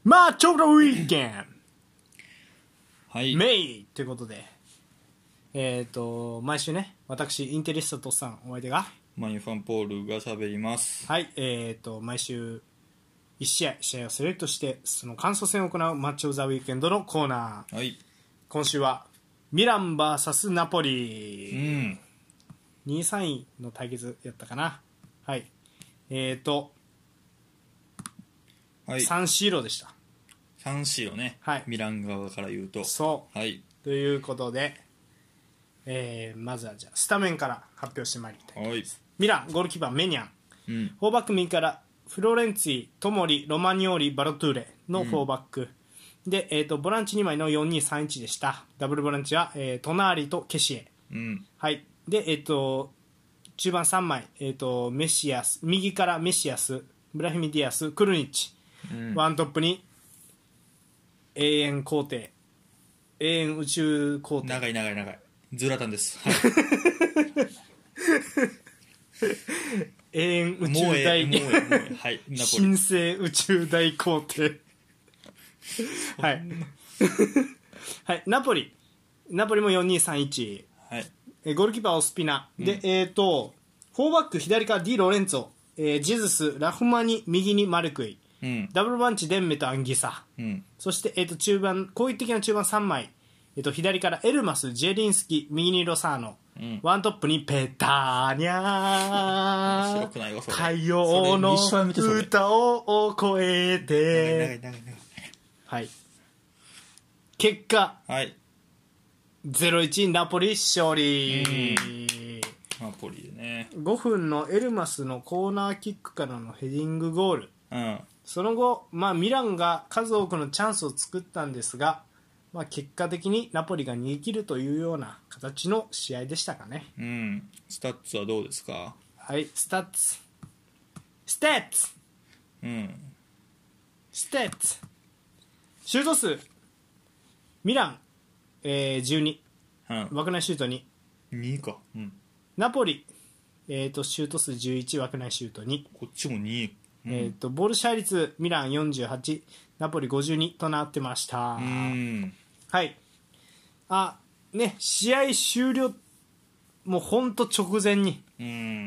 マッチョブウィーケンはいメイということで毎週ね、私インテリスタトさんお相手がマニファンポールが喋ります。 はい毎週1試合をセレクトしてその感想戦を行うマッチョ・オブ・ザ・ウィーケンドのコーナー。 はい。 今週はミラン VS ナポうリ、 ん。 2位3位の対決やったかな。はいはい。 サンシーロでした。 サンシーロね。 はい。 ミラン側から言うと。 そうはい。 ということで、まずはじゃあスタメンから発表してまいりたいと思います。ミランゴールキーパーメニャン、 うん。 フォーバック右からフロレンツィ、トモリ、ロマニオーリ、バロトゥーレのフォーバック、で、ボランチ2枚の 4-2-3-1 でした。ダブルボランチは、トナーリとケシエ、 うん。 はいで、中盤3枚、メシアス右からメシアス、ブラヒミディアス、クルニッチ、 うん。 ワントップに永遠皇帝、永遠宇宙皇帝、 長い。ズラタンです。はい。 永遠宇もう宙大もうはい。ナポリ。 新生宇宙大皇帝はいはいナポリも 4-2-3-1、ゴールキーパーオスピナ、でフォーバック左からディ・ロレンツォ、ジズス、ラフマニ、右にマルクイ、 うん。 ダブルバンチデンメとアンギサ、 うん。 そして、中盤攻撃的な中盤3枚、左からエルマス、ジェリンスキ、右にロサーノ、 うん。 ワントップにペターニャー、 白くないわそれ。 海洋のそれ一生見てそれ歌を超えて、 長い。 はい、結果はい。 0-1 ナポリ勝利、 ナポリでね。 5分のエルマスのコーナーキックからのヘディングゴール、 うん。 その後、ミランが数多くのチャンスを作ったんですが、結果的にナポリが逃げ切るというような形の試合でしたかね。 うん。スタッツはどうですか？ はい、スタッツうん。 シュート数ミラン、12、 うん。 枠内シュート2、 2か。うん。 ナポリ、シュート数11、枠内シュート2、 こっちも2。うん。 ボール支配率ミラン48、ナポリ52となってました。 うん。 はい試合終了もうほんと直前にうん。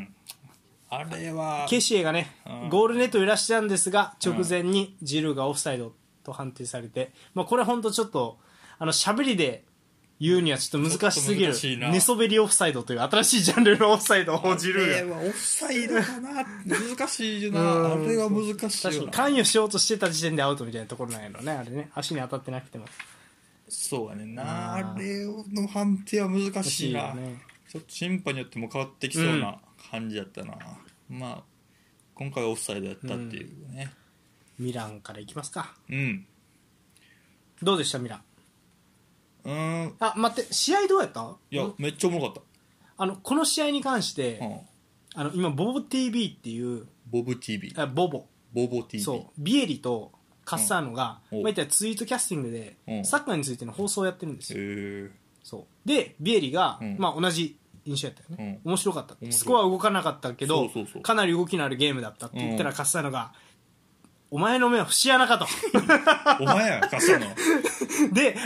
あれはケシエがね、ゴールネットを揺らしたんですが直前にジルーがオフサイドと判定されて、これほんとちょっと喋りで言うにはちょっと難しすぎるちょっと難しいな寝そべりオフサイドという新しいジャンルのオフサイドをジルーがあれはオフサイドかな。難しいよな。あれは難しい確かによな。 関与しようとしてた時点でアウトみたいなところなんやろね、あれね、足に当たってなくてもそうやねんな。あれの判定は難しいな。 難しいよね。 ちょっと審判によっても変わってきそうな感じやったな。今回はオフサイドやったっていうね。 ミランからいきますか。 うん。 どうでしたミラン？ い待って、試合どうやった？ や、めっちゃおもろかっこの試合に関してた。うん。 今ボボ TV っていうボブ TV。 ボボ TV。 そうビエリとカッサーノが、 うん言ったらツイートキャスティングでサッカーについての放送をやってるんですよ。 へそうでビエリが、 うん同じ印象やったよね、面白かった、 面白いスコアは動かなかったけどそうかなり動きのあるゲームだったって言ったら、 うんカッサーノがお前の目は節穴かとお前や、貸したの。 で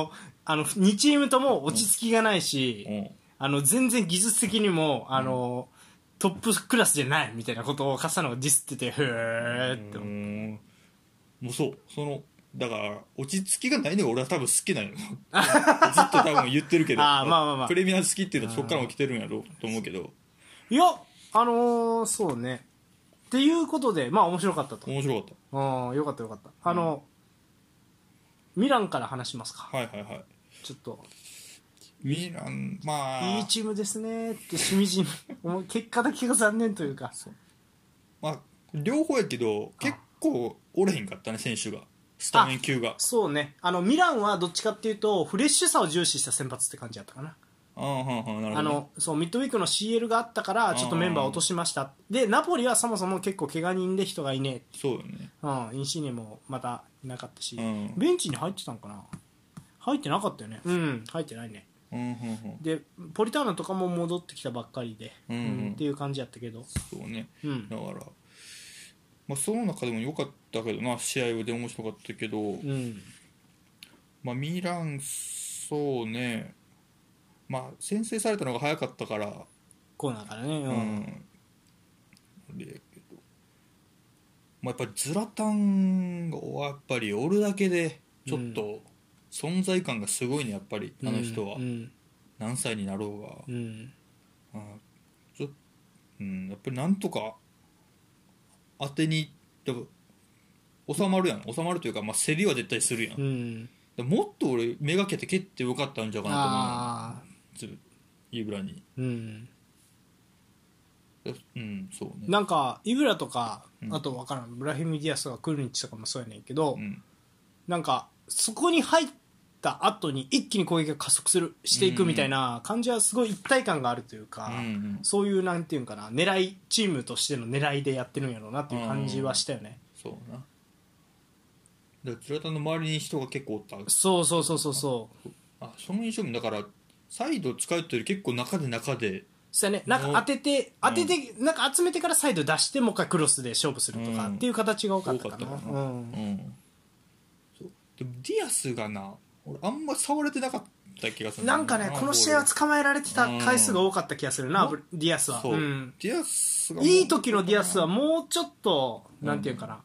2チームとも落ち着きがないし、全然技術的にもトップクラスじゃないみたいなことをカッサーノがディスってて、へーって思って、 もうそうだから落ち着きがないのが俺は多分好きなんよ。ずっと多分言ってるけどプレミア好きっていうのはそっからも来てるんやろと思うけど、 いやそうねっていうことで面白かったと。 面白かっよかったミランから話しますか。 た。はいちょっとミランいいチームですねってしみじみ結果だけが残念というか、 両方やけど結構おれへんかったね、選手がスタメン級が。 そうね、ミランはどっちかっていうとフレッシュさを重視した先発って感じだったかな。 なるほど。 そうミッドウィークの CL があったからちょっとメンバーを落としました。でナポリはそもそも結構怪我人で人がいねそうよね。 インシーネもまたいなかったし、 ベンチに入ってたのかな。入ってなかったよね。入ってないね。でポリターナとかも戻ってきたばっかりで、っていう感じやったけど、 そうね、 うん、 だからまあ、その中でも良かったけどな、試合で面白かったけど、まあ、ミラン、そうね、まあ、先制されたのが早かったから、 コーナーからね、 でまあ、やっぱりズラタンがやっぱりおるだけでちょっと存在感がすごいね、やっぱりあの人は、何歳になろうが、やっぱりなんとか当てに収まるというか、まあ、競りは絶対するやん、もっと俺めがけて蹴ってよかったんじゃないかなと思う、イブラに、そうね、 なんかイブラとか、あと分からんブラヒミ・ディアスとかクルニッチとかもそうやねんけど、なんかそこに入った後に一気に攻撃が加速していくみたいな感じはすごい一体感があるというか、そういうなんていうんかな、狙いチームとしての狙いでやってるんやろうなっていう感じはしたよね。 そうな、だからズラタンの周りに人が結構おった。 そうその印象もだからサイド使うというより結構中でそうやね、なんか当ててなんか集めてからサイド出してもう一回クロスで勝負するとかっていう形が多かったかな。 そうでもディアスがな、俺あんま触れてなかった気がするなんかね、この試合は捕まえられてた回数が多かった気がするな、ディアスは。 ディアスがいい時のディアスはもうちょっとなんていうかな、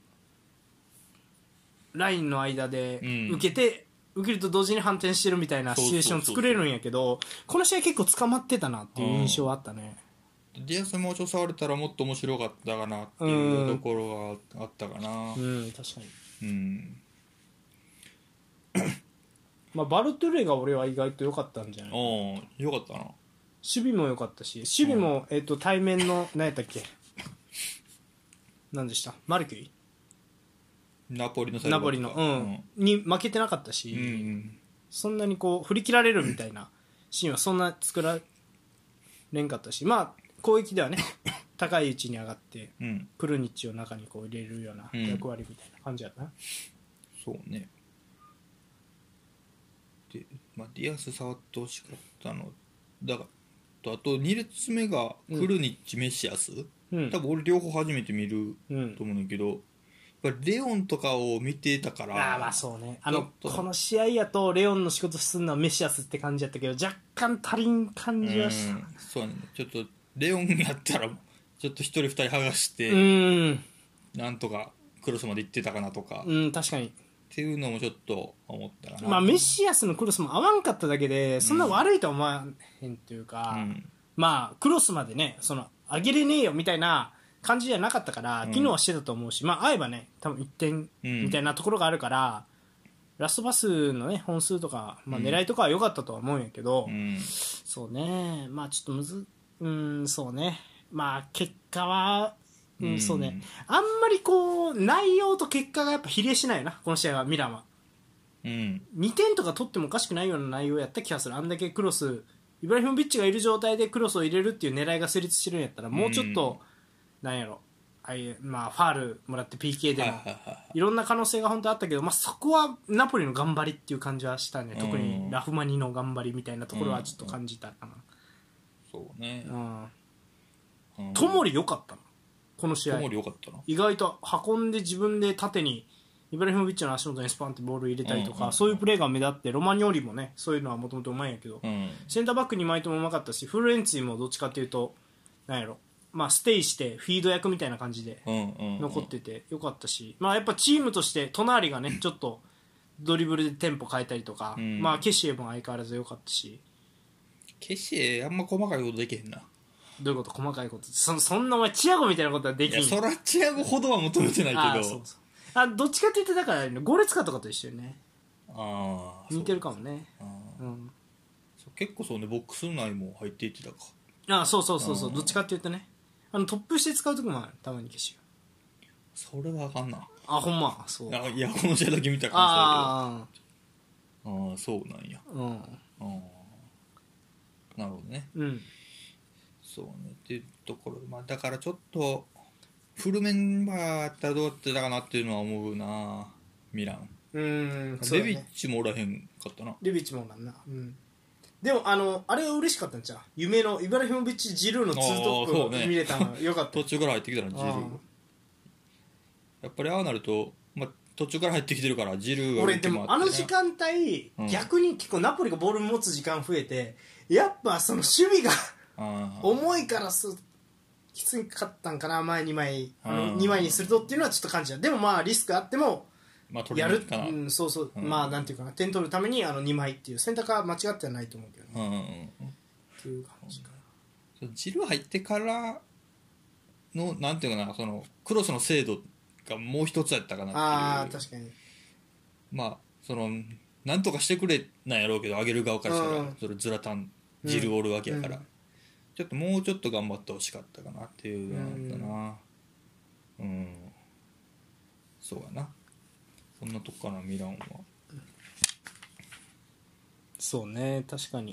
ラインの間で受けると同時に反転してるみたいなシチュエーション作れるんやけど、この試合結構捕まってたなっていう印象はあったね。 ディアスもうちょっと触れたらもっと面白かったかなっていうところはあったかな。 確かに。まあバルトゥレが俺は意外と良かったんじゃないかな。 良かったな。守備も良かったし、守備も対面の何やったっけ、何でした、マルキュリ、 ナポリのに負けてなかったし、そんなにこう振り切られるみたいなシーンはそんな作られんかったし、まあ攻撃ではね高い位置に上がって、クルニッチを中にこう入れるような役割みたいな感じやったな。 そうね。で、まあ、ディアス触ってほしかったのだからあと2列目がクルニッチ、メシアス、多分俺両方初めて見ると思うんだけど、やっぱりレオンとかを見てたから、 まあそうね、この試合やとレオンの仕事するのはメシアスって感じやったけど、若干足りん感じはした。 そうね、ちょっとレオンやったらちょっと1人2人剥がしてなんとかクロスまで行ってたかなとか、 確かにっていうのもちょっと思ったかな。 まあメシアスのクロスも合わんかっただけでそんな悪いとは思わへんというか、まあクロスまでね上げれねえよみたいな感じじゃなかったから機能はしてたと思うし、まあ合えばね多分1点みたいなところがあるから、ラストパスのね本数とか、まあ、狙いとかは良かったとは思うんやけど、そうね、まあちょっとそうね、まあ結果はそうね、あんまりこう内容と結果がやっぱ比例しないよなこの試合は。ミランは2点とか取ってもおかしくないような内容やった気がする。あんだけクロス、イブラヒモビッチがいる状態でクロスを入れるっていう狙いが成立してるんやったら、もうちょっとなんやろ、まあファールもらって PK でもいろんな可能性が本当あったけど、まあ、そこはナポリの頑張りっていう感じはしたね。特にラフマニの頑張りみたいなところはちょっと感じたかな。 そうね。 トモリ良かったなこの試合。 トモリ良かったな。 意外と運んで自分で縦にイブラヒモビッチの足元にスパンってボール入れたりとか、そういうプレーが目立って、ロマニョーリもねそういうのはもともとうまいんやけど、センターバック2枚ともうまかったし、フルレンツィもどっちかっていうとなんやろ、まあ、ステイしてフィード役みたいな感じで残っててよかったし、まあ、やっぱチームとして隣がねちょっとドリブルでテンポ変えたりとか、まあ、ケシエも相変わらずよかったし。 ケシエあんま細かいことできへんな。 どういうこと細かいこと、そんなお前チアゴみたいなことはできん。いやそらチアゴほどは求めてないけど、 どっちかって言ってだから、ゴレツカとかと一緒よね。似てるかもね。 結構そうね、ボックス内も入っていってたか。 そうどっちかって言うとね、トップして使うときもある、たまにケシそれはあかんな。 ほんまそう。 いやこの試合だけ見た感じだけど、そうなんや。なるほどね。そうねっていうところ、まあ、だからちょっとフルメンバーやったらどうやってたかなっていうのは思うな、ミラン。レビッチもおらへんかったな。 レビッチもおらんな。でもあれは嬉しかったんちゃう、夢のイブラヒモビッチ・ジルーのツートップを見れたのよかった。 途中から入ってきたのジルーやっぱりああなると、途中から入ってきてるからジルーが俺でもあの時間帯、逆に結構ナポリがボール持つ時間増えて、やっぱその守備が重いからきつかったんかな、前2枚2枚にするとっていうのはちょっと感じた。でもまあリスクあってもやる、そうそう、まあなんていうかな、点取るために2枚っていう選択は間違ってはないと思うけどね、っていう感じかな。ジルー入ってからのなんていうかな、そのクロスの精度がもう一つやったかなっていう。 ああ確かに。 そのなんとかしてくれなんやろうけど、上げる側からしたら、それズラタンジルおるわけやから、ちょっともうちょっと頑張ってほしかったかなっていうのがあったな。そうやな。そんなとこかな、ミランは。 そうね、確かに。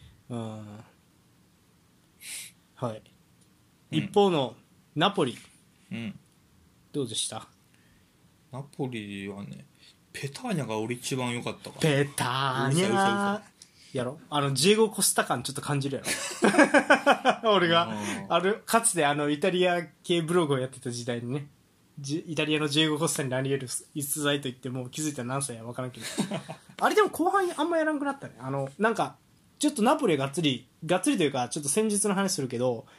はい。一方のナポリ、どうでした？ ナポリはね、ペターニャが俺一番良かったか。 ペターニャやろ、ジエゴ・コスタ感ちょっと感じるやろ俺がかつてイタリア系ブログをやってた時代にね、イタリアのジエゴ・コスタになり得る逸材と言ってもう気づいたら何歳や分からんけどあれでも後半あんまやらなくなったね。なんかちょっとナポリががっつりというか、ちょっと戦術の話するけど、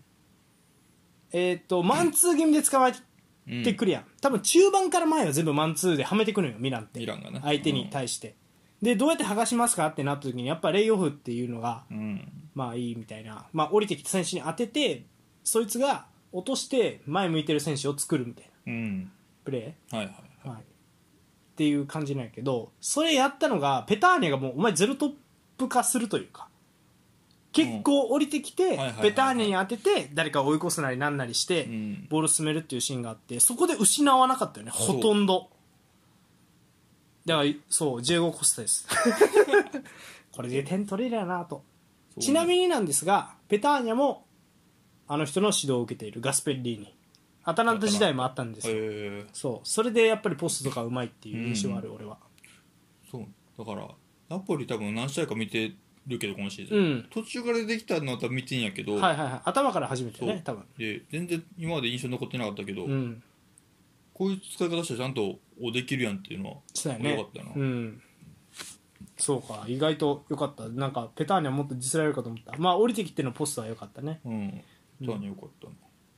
マンツー気味で捕まえてくるやん、多分中盤から前は全部マンツーではめてくるのよ、ミランって。 ミランがね、 相手に対して、でどうやって剥がしますかってなった時にやっぱレイオフっていうのが、まあいいみたいな、降りてきた選手に当ててそいつが落として前向いてる選手を作るみたいな、プレー、っていう感じなんやけど、それやったのがペターニャがもうお前ゼロトップ化するというか、結構降りてきてペターニャに当てて誰かを追い越すなりなんなりしてボール進めるっていうシーンがあって、そこで失わなかったよね、ほとんど。だからそうジエゴ・コスタですこれで点取れるやなと。ちなみになんですが、ペターニャもあの人の指導を受けているガスペッリーニ、アタランタ時代もあったんですよ。そうそれでやっぱりポストとかうまいっていう印象がある、俺は。 そうだからナポリ多分何試合か見てるけど今シーズン、途中から出てきたのは多分見てんやけど、 頭から初めてね多分で全然今まで印象残ってなかったけど、こういう使い方してちゃんとできるやんっていうのはそうやね、 よかったな。 そうか、意外と良かった。なんかペターニャもっと実られるかと思った。まあ降りてきてのポストは良かったね。 ペターニャ良かったな。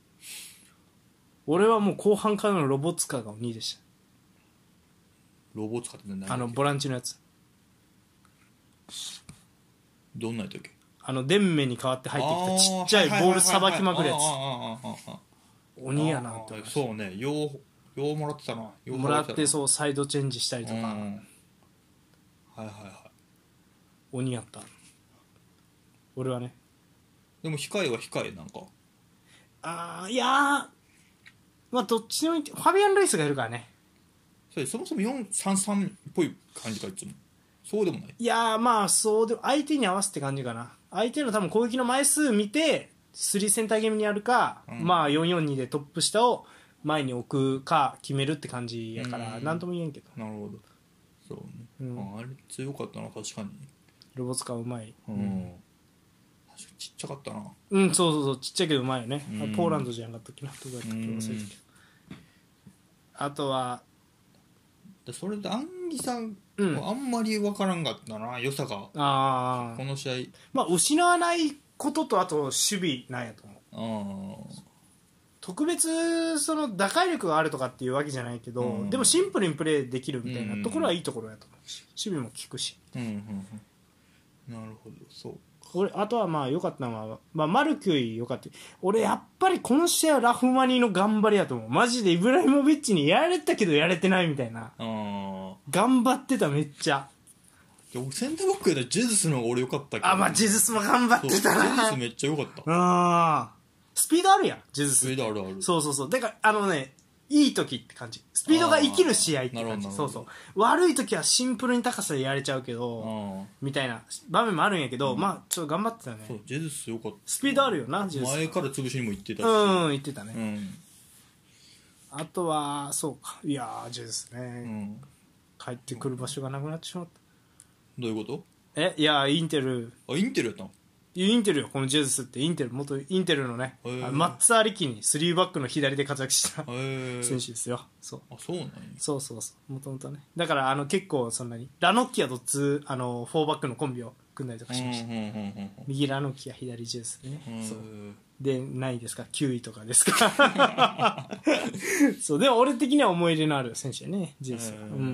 俺はもう後半からのロボツカが2位でした。 ロボツカって何？ ボランチのやつ。 どんなやったっけ？ デンメに代わって入ってきたちっちゃいボールさばきまくるやつ。鬼やなって思いました。 そうね、ようもらってたな。 もらってそうサイドチェンジしたりとか、鬼やった。俺はね。 でも控えは控えなんか。 いやまあどっちでもいい。ファビアン・ルイスがいるからね。 そもそも 4-3-3 っぽい感じかいつも。そうでもない。 いやまあそうで相手に合わせて感じかな。相手の多分攻撃の枚数見て3センターゲームにやるか、まあ 4-4-2 でトップ下を前に置くか決めるって感じやから、なんとも言えんけど。 なるほど。そうね、あれ強かったな、確かに。 ロボツカうまい。 確かにちっちゃかったな。 そうちっちゃいけどうまいよね。ポーランドじゃなかったっけな、どこやったっけ忘れたけど。あとはそれでアンギさんあんまり分からんかったな、良さが。この試合まあ失わないことと、あと守備なんやと思う。特別その打開力があるとかっていうわけじゃないけど、でもシンプルにプレーできるみたいなところはいいところやと思うし、守備も効くし。 なるほど。そう。 俺あとはまあ良かったのは、マルキュイ良かった。俺やっぱりこの試合はラフマニの頑張りやと思う。マジでイブラヒモビッチにやられたけどやれてないみたいな。頑張ってた、めっちゃ。 センターバックやったらジェズスの方が俺良かったけど。 まあジェズスも頑張ってたな。 ジェズスめっちゃ良かった。 スピードあるやん、ジェズス。 スピードある。 そうだからいい時って感じ。スピードが生きる試合って感じ。悪い時はシンプルに高さでやれちゃうけどみたいな場面もあるんやけど、まあちょっと頑張ってたね。 そう、ジェズス良かった。 スピードあるよな、ジェズス。 前から潰しにも行ってたし。 言ってたね。あとはそうか、いやジェズスね、帰ってくる場所がなくなってしまった。 どういうこと？ いやインテルやったの？ インテルよ、このジェズスって。元インテルのね、マッツァーリキに3バックの左で活躍した選手ですよ。そうあ、そうなんや。 そうもともとね。だから結構そんなにラノッキアと4バックのコンビを組んだりとかしました。右ラノッキア、左ジェズスでね。そうで、ないですか、9位とかですか。そうでも俺的には思い入れのある選手やね、ジェズス。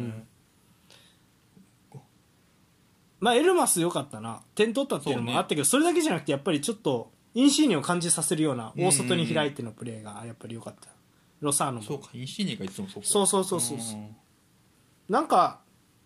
まあエルマス良かったな、点取ったっていうのもあったけど それだけじゃなくてやっぱりちょっとインシーニを感じさせるような大外に開いてのプレーがやっぱり良かった。ロサーノもそうか、インシーニがいつもそうなんか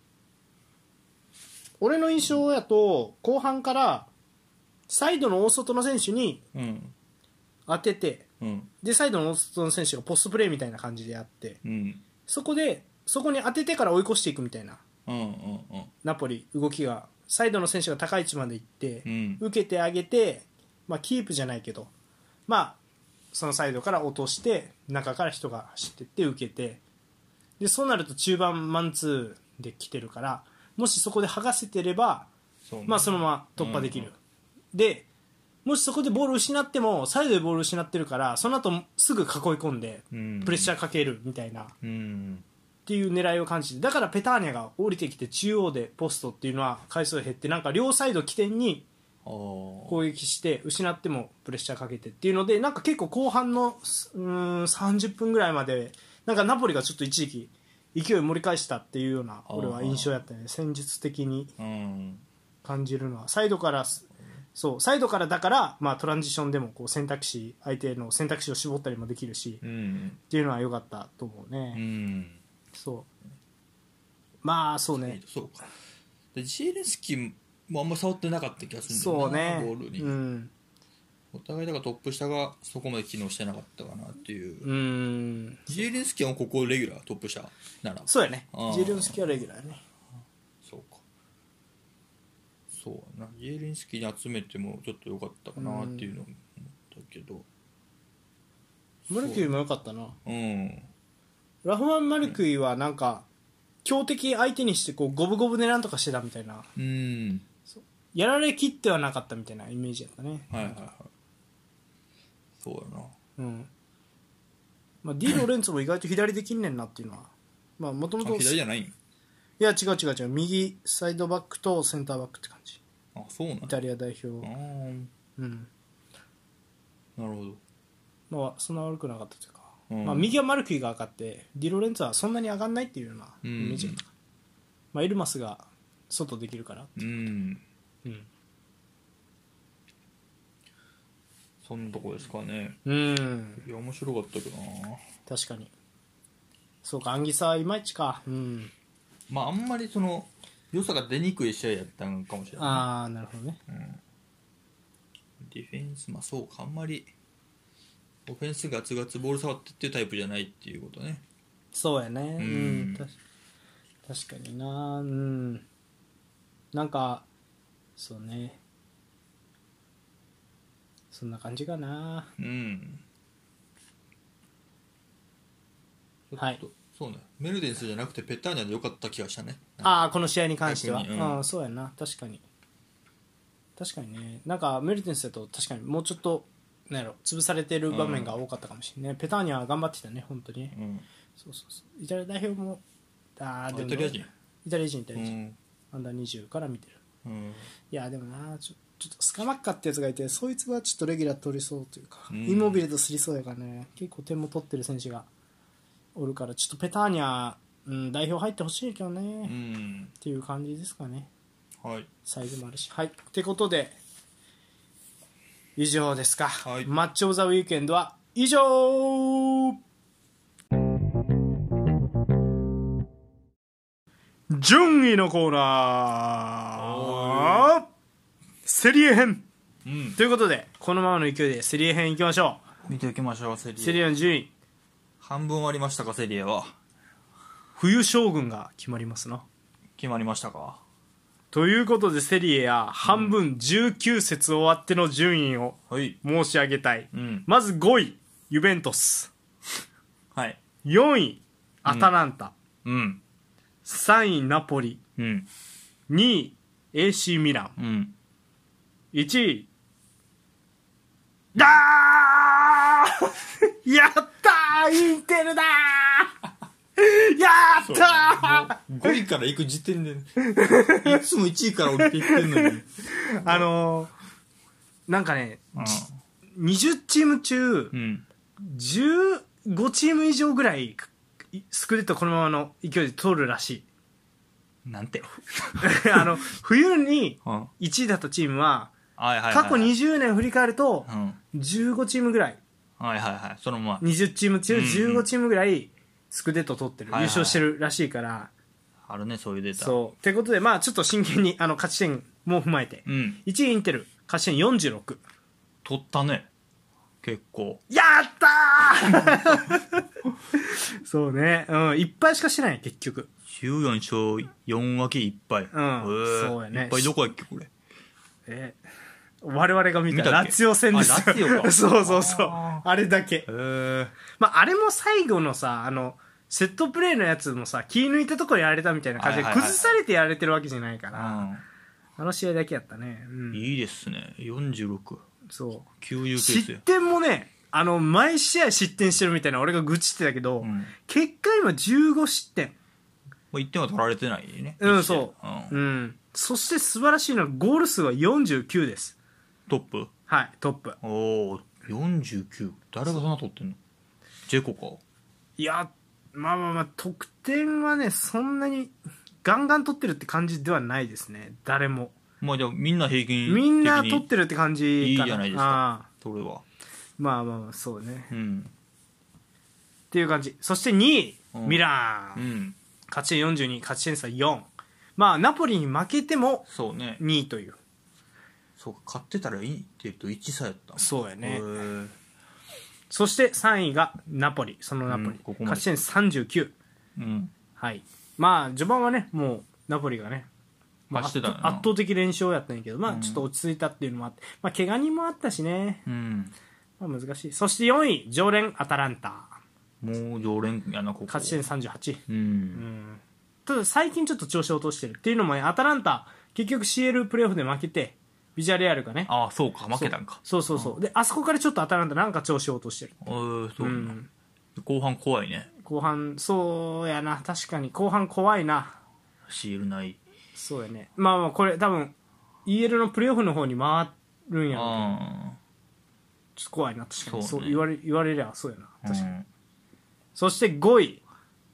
俺の印象やと後半からサイドの大外の選手に当てて、でサイドの大外の選手がポストプレーみたいな感じでやって、そこに当ててから追い越していくみたいな、ナポリ動きがサイドの選手が高い位置まで行って、受けてあげて、まあ、キープじゃないけど、まあ、そのサイドから落として中から人が走ってって受けて、でそうなると中盤マンツーで来てるから、もしそこで剥がせてればまあ、そのまま突破できる、でもしそこでボールを失ってもサイドでボールを失ってるからその後すぐ囲い込んでプレッシャーかけるみたいな、っていう狙いを感じて、だからペターニャが降りてきて中央でポストっていうのは回数が減って、なんか両サイド起点に攻撃して失ってもプレッシャーかけてっていうので、なんか結構後半の30分ぐらいまでなんかナポリがちょっと一時期勢い盛り返したっていうような俺は印象やったね。戦術的に感じるのはサイドからだから、まあ、トランジションでもこう相手の選択肢を絞ったりもできるし、っていうのは良かったと思うね。そうまあそうね。 そうか。でジエレンスキーもあんま触ってなかった気がするんだよな、 そうね、 ボールに、お互いだからトップ下がそこまで機能してなかったかなっていう。ジエレンスキーはここレギュラートップ下ならそうやね。ジエレンスキーはレギュラーやね。 そうか。そうやな、ジエレンスキーに集めてもちょっと良かったかなっていうのを思ったけど、 マルキュイも良かったな。ラフマン・マルクイはなんか強敵相手にしてこう五分五分でなんとかしてたみたいな、やられきってはなかったみたいなイメージやったね。 そうやな。 まあ、ディ・ロレンツも意外と左できんねんなっていうのは、まあもともと左じゃないん？ いや違う右サイドバックとセンターバックって感じ。 あ、そうなん。イタリア代表。 なるほど。 まあそんな悪くなかったというか、まあ、右はマルキーが上がってディロレンツはそんなに上がんないっていうようなイメージだった、まあ、エルマスが外できるからそんなとこですかね。いや面白かったけどな。 確かにそうか。アンギサはいまいちか。 まああんまりその良さが出にくい試合やったんかもしれない。 ああなるほどね。 ディフェンス、まあそうか、あんまりオフェンスガツガツボール触ってっていうタイプじゃないっていうことね。 そうやね。確かにな。なんかそうね、そんな感じかな。はい。 そうね、メルデンスじゃなくてペッターニャで良かった気がしたね。 ああこの試合に関しては、そうやな。確かにね。なんかメルデンスだと確かにもうちょっとなんやろ潰されてる場面が多かったかもしれない、ペターニャは頑張ってたね本当に。そうイタリア代表もでもイタリア人、アンダー20から見てる。いやでもなちょっとスカマッカってやつがいて、そいつはちょっとレギュラー取りそうというか、インモビルとすりそうやからね。結構点も取ってる選手がおるから、ちょっとペターニャ、代表入ってほしいけどね、っていう感じですかね。サイズもあるし。ってことで以上ですか。マッチオブザウィークエンドは以上。順位のコーナーセリエ編、ということでこのままの勢いでセリエ編いきましょう。見ていきましょう。セリエの順位半分終わりましたか。セリエは冬将軍が決まりますな。 決まりましたか。 ということでセリエや半分19節終わっての順位を申し上げたい。まず5位ユベントス、4位アタランタ、3位ナポリ、2位 AC ミラン、1位だーやったーインテルだーやったー5位から行く時点で、ね、いつも1位から降りていってんのになんかね、20チーム中、15チーム以上ぐらいスクレットこのままの勢いで取るらしい。 なんて冬に1位だったチームは過去20年振り返ると15チームぐらい、 そのまま 20チーム中15チームぐらいスクレット取ってる、優勝してるらしいから、 あるねそういうデータ。 そうってことで、まあちょっと真剣に勝ち点も踏まえて、1位インテル勝ち点46 取ったね結構。 やったーそうね、いっぱいしかしてない結局。 14勝4分け1敗。 そうやね。 いっぱいどこやっけこれ。 我々が見たラツィオ戦ですよ。 ラツィオかそうあれだけ。まああれも最後のさセットプレーのやつもさ気抜いたところやられたみたいな感じで崩されてやられてるわけじゃないから、あの試合だけやったね。 いいですね46。 そう 90ペース失点もね毎試合失点してるみたいな俺が愚痴ってたけど、結果今15失点。 1点は取られてないね。 そう。そして素晴らしいのはゴール数は49です。 トップ。 はいトップ。 おお49。誰がそんな取ってんの？ジェコか。 いやまあ得点はねそんなにガンガン取ってるって感じではないですね誰も。 まあじゃあみんな平均的にみんな取ってるって感じかな。 いいじゃないですかそれは。 まあそうね、っていう感じ。そして2位ミラン、勝ち点42勝ち点差4。まあナポリに負けても2位という。 そうか勝ってたらいいって言うと1差やった。 そうやね。そして3位がナポリ。そのナポリ、勝ち点39。はい。まあ序盤はねもうナポリがね、圧倒的連勝やったんやけど、まあちょっと落ち着いたっていうのもあって、まあ怪我人もあったしね、まあ難しい。そして4位常連アタランタ。 もう常連やなここ。 勝ち点38。ただ最近ちょっと調子を落としてるっていうのもね、アタランタ結局 CL プレーオフで負けてビジャレアルがね、 そうか負けたんか。 そうであそこからちょっとアタランタなんか調子を落としてる。 そうな、後半怖いね。 後半そうやな、確かに後半怖いな。 CL ない。 そうやね。まあこれ多分 EL のプレーオフの方に回るんやろうけど、ちょっと怖いな確かに。そう言われりゃそうやな確かに。そして5位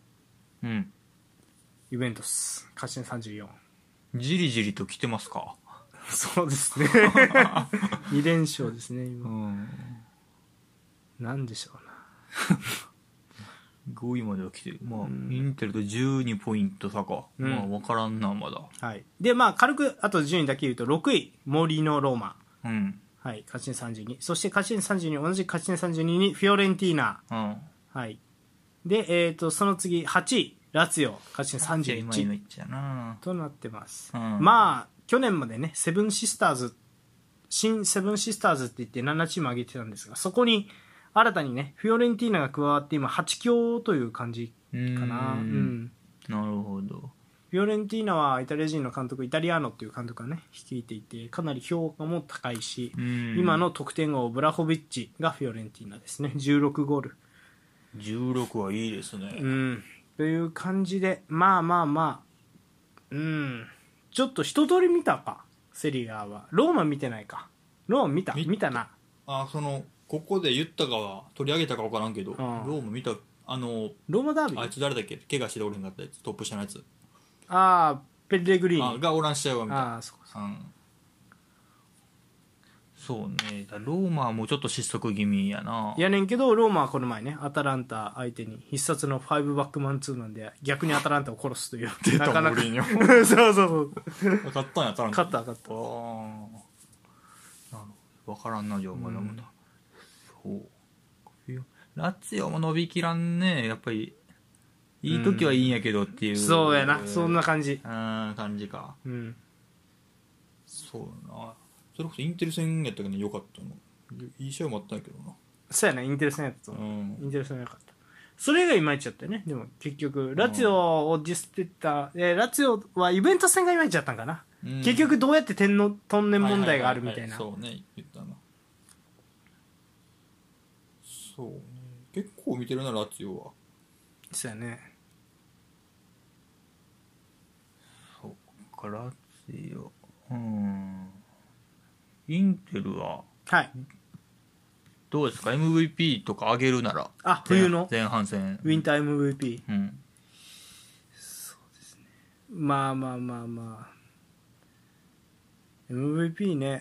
ユベントス勝ち点34。 じりじりと来てますか。 そうですね2連勝ですね今。なんでしょうな 5位までは来てる。まあインテルと12ポイント差か。まあ分からんなまだ。 はい。でまあ軽くあと順位だけ言うと6位モリノローマ。はい、勝ち点32。そして勝ち点32、同じ勝ち点32にフィオレンティーナ。はい。で、その次8位ラツィオ勝ち点31となってます。まあ去年までねセブンシスターズ新セブンシスターズって言って7チーム挙げてたんですが、そこに新たにねフィオレンティーナが加わって今8強という感じかな。 なるほど。 フィオレンティーナはイタリア人の監督イタリアーノっていう監督がね率いていてかなり評価も高いし、今の得点王ブラホビッチがフィオレンティーナですね。16ゴール。 16はいいですね。 という感じでまあちょっと一通り見たか。セリアはローマ見てないか。ローマ見たな。 ここで言ったかは取り上げたか分からんけど、ローマ見た。ローマダービー。 あいつ誰だっけ、怪我しておれんかったやつ、トップ下のやつ。 ペレグリーニがおらん試合は見た。そうね。ローマはもうちょっと失速気味やな。 やねんけどローマはこの前ねアタランタ相手に必殺の5バックマン2なんで逆にアタランタを殺すというなかなかそう勝ったんや。アタランタ勝った分からんな。じゃあまだまだそうラツィオも伸びきらんね。やっぱりいい時はいいんやけどっていう、 そうやな。そんな感じ感じか。そうな。それこそインテル戦やったけどよかったの。いい試合もあったんやけどな。 そうやな、インテル戦やったと、インテル戦よかった。それがいまいちやったよね。でも結局ラツィオをディスってた、ラツィオはイベント戦がいまいちやったんかな、結局どうやって点のトンネン問題があるみたいな。 そうね言ったな。 そうね、結構見てるなラツィオは。 そうやね。 そうか、ラツィオ、インテルははいどうですか、 MVP とか上げるなら。 冬の前半戦ウィンター MVP、 うんまあまあまあまあ MVP ね、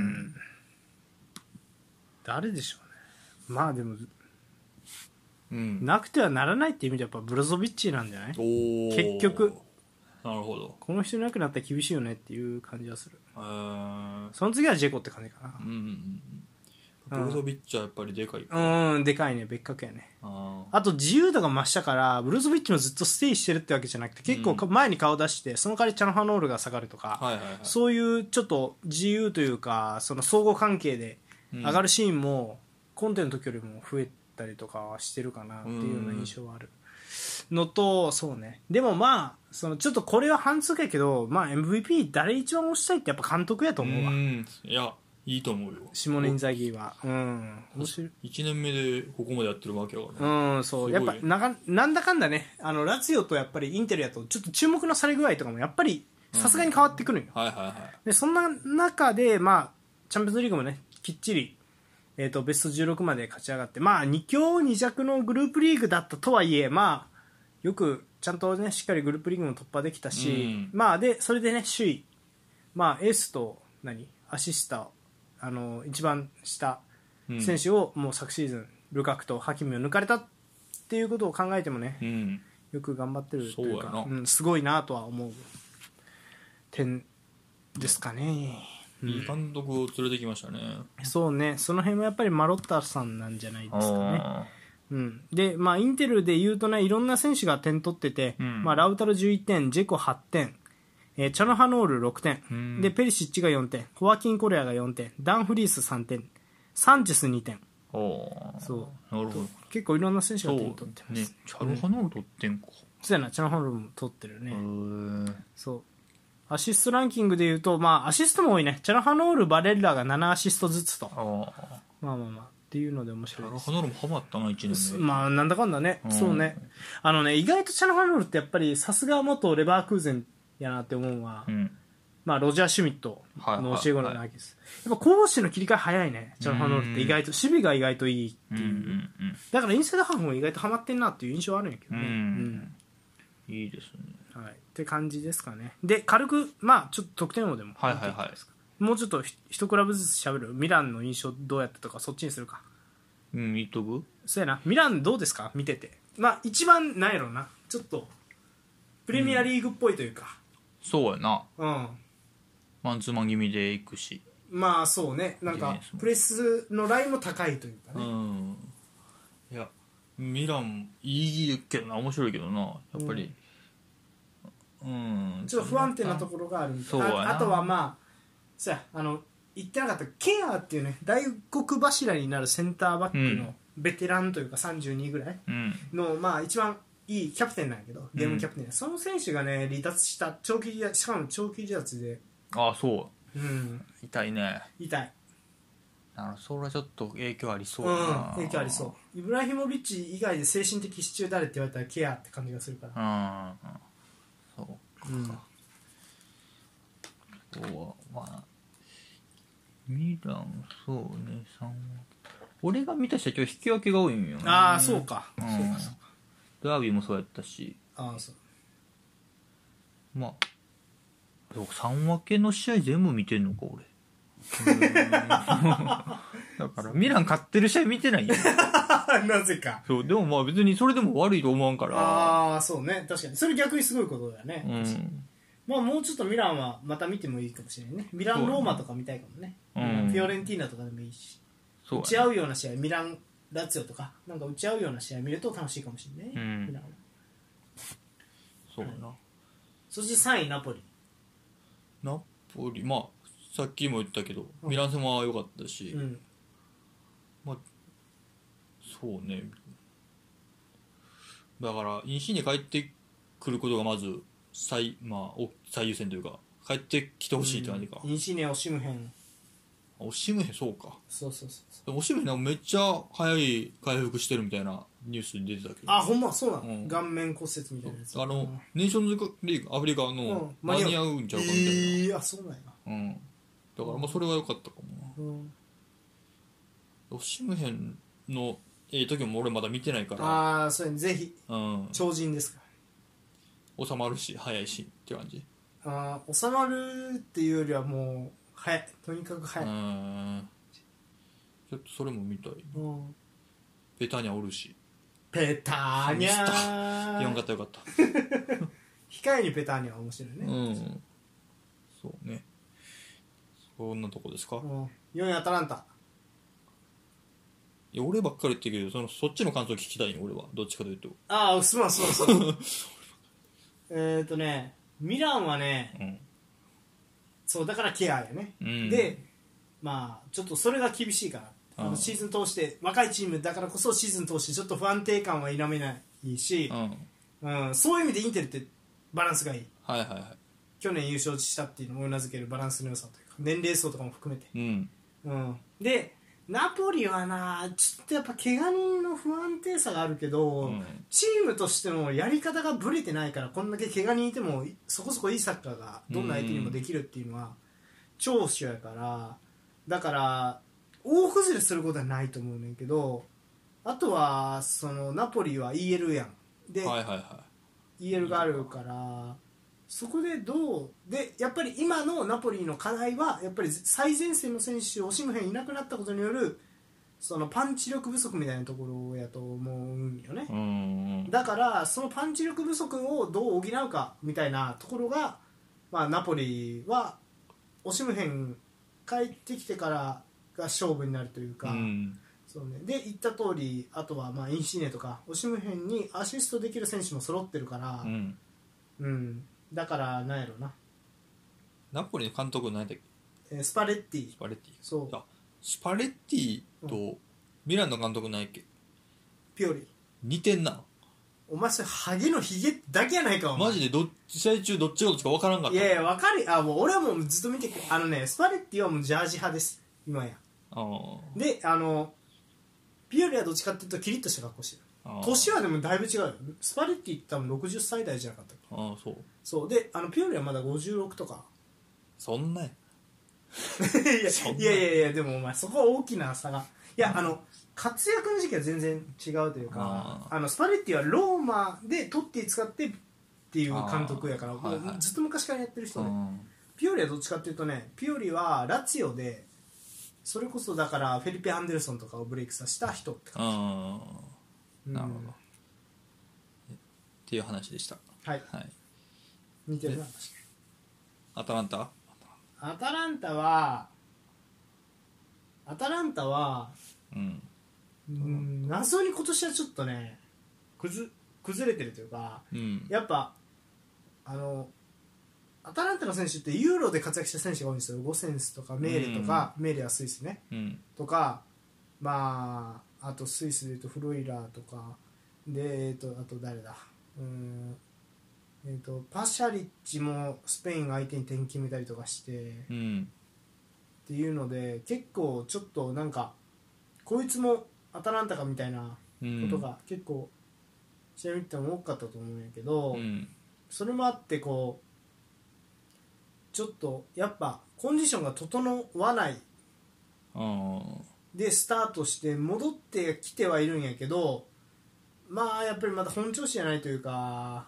誰でしょうね。まあでも、なくてはならないっていう意味ではやっぱブロゾビッチなんじゃない。結局なるほど、 この人いなくなったら厳しいよねっていう感じはする。その次はジェコって感じかな。 ブロゾビッチはやっぱりでかいか。でかいね、別格やね。あと自由度が増したから、ブロゾビッチもずっとステイしてるってわけじゃなくて、結構前に顔出して、その代わりチャノハノールが下がるとか、そういうちょっと自由というか、その相互関係で上がるシーンもコンテの時よりも増えたりとかはしてるかなっていうような印象はあるのと、そうね。でもまあそのちょっとこれは反則やけど、まあ MVP 誰一番推したいってやっぱ監督やと思うわ。 いやいいと思うよ、 シモネ・インザギーは。面白い。 1年目でここまでやってるわけだからね。 そうやっぱなんだかんだね、ラツィオとやっぱりインテルやとちょっと注目のされ具合とかもやっぱりさすがに変わってくるんよ。でそんな中でまあチャンピオンズリーグもねきっちりベスト16まで勝ち上がって、まあ2強2弱のグループリーグだったとはいえ、まあよくちゃんとねしっかりグループリーグも突破できたし、まあでそれでね首位、まあエースとアシスタ一番下選手をもう昨シーズンルカクとハキミを抜かれたっていうことを考えてもね、よく頑張ってるというか、すごいなとは思う点ですかね。 いい監督を連れてきましたね。 そうね、その辺はやっぱりマロッタさんなんじゃないですかね。で、まあ、インテルでいうとね、いろんな選手が点取ってて、まあ、ラウタロ11点、ジェコ8点、チャノハノール6点、でペリシッチが4点、ホアキン・コレアが4点、ダンフリース3点、サンチェス2点。そうなるほど、 結構いろんな選手が点取ってます。 ね、チャノハノール取ってんか。 そうやな、チャノハノールも取ってるね。そうアシストランキングでいうと、まあ、アシストも多いね。チャノハノール、バレッラが7アシストずつと。まあっていうので面白いです。 チャノハノールもハマったな、1年目。 まあなんだかんだね、そうね。意外とチャノハノールってやっぱりさすが元レバークーゼンやなって思うのは、まあロジャー・シュミットの教え子なわけです。やっぱ攻守の切り替え早いね、チャノハノールって。意外と守備が意外といいっていう。だからインサイドハーフも意外とハマってんなっていう印象はあるんやけどね。 いいですね。 って感じですかね。で軽くまあちょっと得点王でももうちょっと一クラブずつ喋る。ミランの印象どうやったとかそっちにするか。 見とく。 そうやな。ミランどうですか見てて。まあ一番なんやろうな、ちょっとプレミアリーグっぽいというか、 そうやな。マンツーマン気味でいくし、 まあそうね、なんかプレスのラインも高いというかね。 いやミランいいけどな、面白いけどな、やっぱりちょっと不安定なところがあるみたいな。あとはまあそうや、言ってなかったケアっていうね、大黒柱になるセンターバックのベテランというか32ぐらいの、まあ一番いいキャプテンなんやけど、ゲームキャプテン、その選手がね離脱した。しかも長期離脱で。 そう、痛いね。 痛い。 それはちょっと影響ありそう影響ありそう。イブラヒモビッチ以外で精神的支柱誰って言われたらケアって感じがするから。 そうか。まあミラン、そうね、俺が見た人は今日引き分けが多いんよね。 そうか。 ダービーもそうやったし。 そう。 まあ3分けの試合全部見てんのか俺。だからミラン勝ってる試合見てないよ。 なぜか。 そうでもまあ別にそれでも悪いと思わんから。 そうね、確かにそれ逆にすごいことだよね。まあもうちょっとミランはまた見てもいいかもしれないね。ミランローマとか見たいかもね。フィオレンティーナとかでもいいし、打ち合うような試合、ミランラツィオとかなんか打ち合うような試合見ると楽しいかもしれないね。ミランはそうな。 そして3位ナポリ。 ナポリ、まあさっきも言ったけど、ミラン戦は良かったし、まあそうね、だからインシーニ帰ってくることがまず最優先というか、帰ってきてほしいって感じか。 インシーニを惜しむへん。 オシムヘンそうか。 そうそうそうそう。 でもオシムヘンめっちゃ早い回復してるみたいなニュースに出てたけど。 あ、ほんまそうなの、 うん、 顔面骨折みたいなやつ。 ネーションズリーグアフリカの間に合うんちゃうかみたいな。 あ、そうなんや。 うん。だからまあそれは良かったかもな。オシムヘンの時も俺まだ見てないから。 ああ、そうやね、ぜひ。 うん。 超人ですから。 収まるし早いしって感じ。 ああ、収まるっていうよりはもう早い、とにかく早い。 ちょっとそれも見たい。ペターニャおるし。 ペターニャ言わんかったよかった。 控えにペターニャは面白いね。 うん。そうね。そんなとこですか。 4位アタランタ。 いや俺ばっかり言ってるけどそっちの感想聞きたいね俺はどっちかというと。 ああ、すまんね、ミランはね、そうだからケアやね、でまあちょっとそれが厳しいかな。シーズン通して若いチームだからこそシーズン通してちょっと不安定感は否めないし、そういう意味でインテルってバランスがいい。去年優勝したっていうのをうなずけるバランスの良さというか年齢層とかも含めて、でナポリはなちょっとやっぱ怪我人の不安定さがあるけど、チームとしてのやり方がブレてないからこんだけ怪我人いてもそこそこいいサッカーがどんな相手にもできるっていうのは長所やから、だから大崩れすることはないと思うねんけど、あとはそのナポリは EL やんで、EL があるからそこでどうでやっぱり今のナポリの課題はやっぱり最前線の選手オシムヘンいなくなったことによるそのパンチ力不足みたいなところやと思うんよね。だからそのパンチ力不足をどう補うかみたいなところが、まあ、ナポリはオシムヘン帰ってきてからが勝負になるというか、そうね、で言った通りあとはまあインシーネとかオシムヘンにアシストできる選手も揃ってるから、だからなんやろうな。 ナポリの監督何だっけ？スパレッティ。 そう。スパレッティとミランの監督何やっけ？ ピオリ。 似てんな。 お前それハゲのヒゲだけやないかお前。 マジで試合中どっちがどっちか分からんかった。 いやいや分かる。もう俺はもうずっと見てスパレッティはもうジャージ派です今や。でピオリはどっちかっていうとキリッとした格好してる。年はでもだいぶ違うよ。スパレッティって多分60歳代じゃなかったっけ。そうでピオリはまだ56とか。 そんなやいやでもお前そこは大きな差が。いや活躍の時期は全然違うというか、スパレッティはローマでトッティ使ってっていう監督やから、もうずっと昔からやってる人で、ピオリはどっちかっていうとね、ピオリはラツィオでそれこそだからフェリペ・アンデルソンとかをブレイクさせた人って感じ。 なるほどっていう話でした。 似てる話。 アタランタは謎に今年はちょっとね崩れてるというか、やっぱアタランタの選手ってユーロで活躍した選手が多いんですよ。ゴセンスとかメーレとか、メーレはスイスね、とか、まああとスイスでいうとフロイラーとかで、あと誰だ、パシャリッチもスペイン相手に点決めたりとかして、っていうので結構ちょっとなんかこいつもアタランタかみたいなことが結構試合見ても多かったと思うんやけど、それもあってこうちょっとやっぱコンディションが整わないでスタートして戻ってきてはいるんやけど、まあやっぱりまだ本調子じゃないというか、